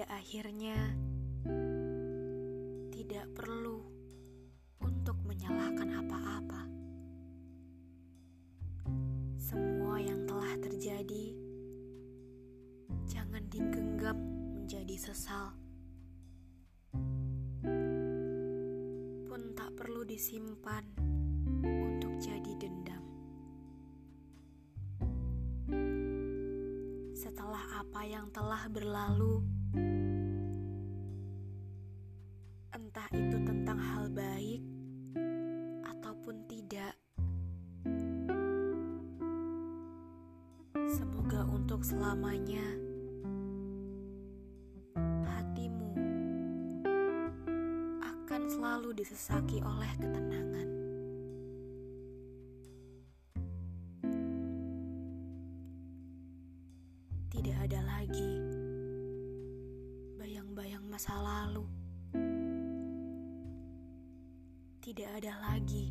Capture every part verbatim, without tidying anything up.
pada akhirnya tidak perlu untuk menyalahkan apa-apa. Semua yang telah terjadi jangan digenggam menjadi sesal, pun tak perlu disimpan untuk jadi dendam. Setelah apa yang telah berlalu, entah itu tentang hal baik ataupun tidak, semoga untuk selamanya hatimu akan selalu disesaki oleh ketenangan. Tidak ada lagi bayang-bayang masa lalu. Tidak ada lagi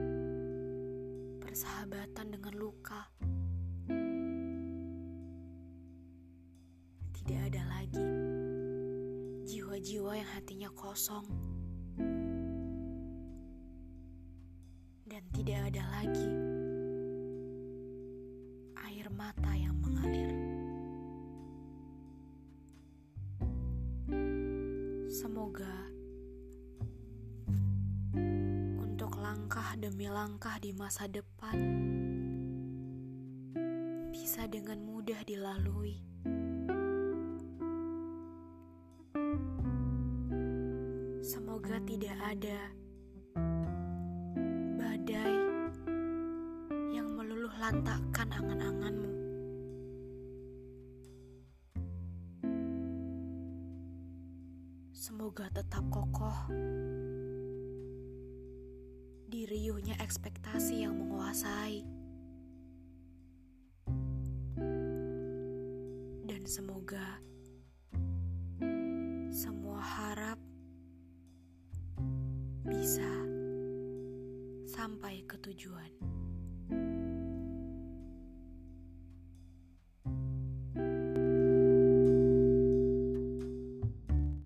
persahabatan dengan luka. Tidak ada lagi jiwa-jiwa yang hatinya kosong. Dan tidak ada lagi air mata yang mengalir. Semoga untuk langkah demi langkah di masa depan bisa dengan mudah dilalui. Semoga tidak ada badai yang meluluh lantakkan angan-anganmu. Semoga tetap kokoh di riuhnya ekspektasi yang menguasai. Dan semoga semua harap bisa sampai ke tujuan.